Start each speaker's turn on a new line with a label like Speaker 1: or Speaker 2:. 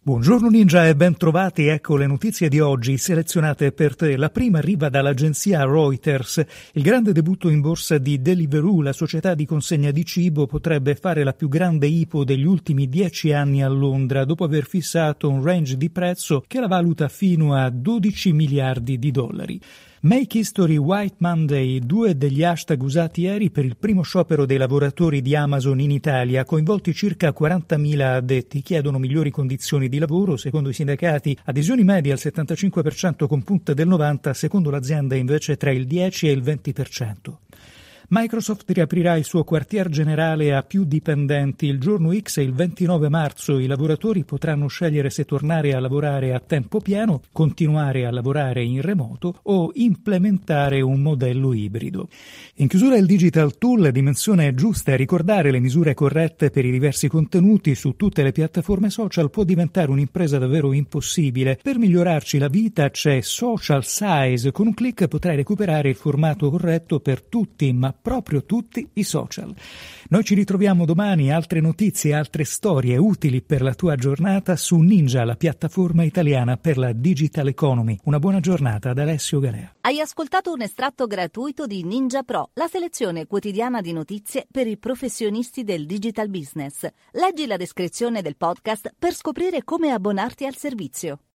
Speaker 1: Buongiorno Ninja e ben trovati, ecco le notizie di oggi selezionate per te. La prima arriva dall'agenzia Reuters. Il grande debutto in borsa di Deliveroo, la società di consegna di cibo, potrebbe fare la più grande IPO degli ultimi 10 anni a Londra, dopo aver fissato un range di prezzo che la valuta fino a 12 miliardi di dollari. Make History White Monday, 2 degli hashtag usati ieri per il primo sciopero dei lavoratori di Amazon in Italia, coinvolti circa 40.000 addetti, chiedono migliori condizioni di lavoro, secondo i sindacati adesioni medie al 75% con punte del 90%, secondo l'azienda invece tra il 10 e il 20%. Microsoft riaprirà il suo quartier generale a più dipendenti. Il giorno X è il 29 marzo. I lavoratori potranno scegliere se tornare a lavorare a tempo pieno, continuare a lavorare in remoto o implementare un modello ibrido. In chiusura il Digital Tool, dimensione giusta e ricordare le misure corrette per i diversi contenuti su tutte le piattaforme social può diventare un'impresa davvero impossibile. Per migliorarci la vita c'è Social Size. Con un click potrai recuperare il formato corretto per tutti, ma proprio tutti i social. Noi ci ritroviamo domani, altre notizie, altre storie utili per la tua giornata su Ninja, la piattaforma italiana per la digital economy. Una buona giornata da Alessio Galea.
Speaker 2: Hai ascoltato un estratto gratuito di Ninja Pro, la selezione quotidiana di notizie per i professionisti del digital business. Leggi la descrizione del podcast per scoprire come abbonarti al servizio.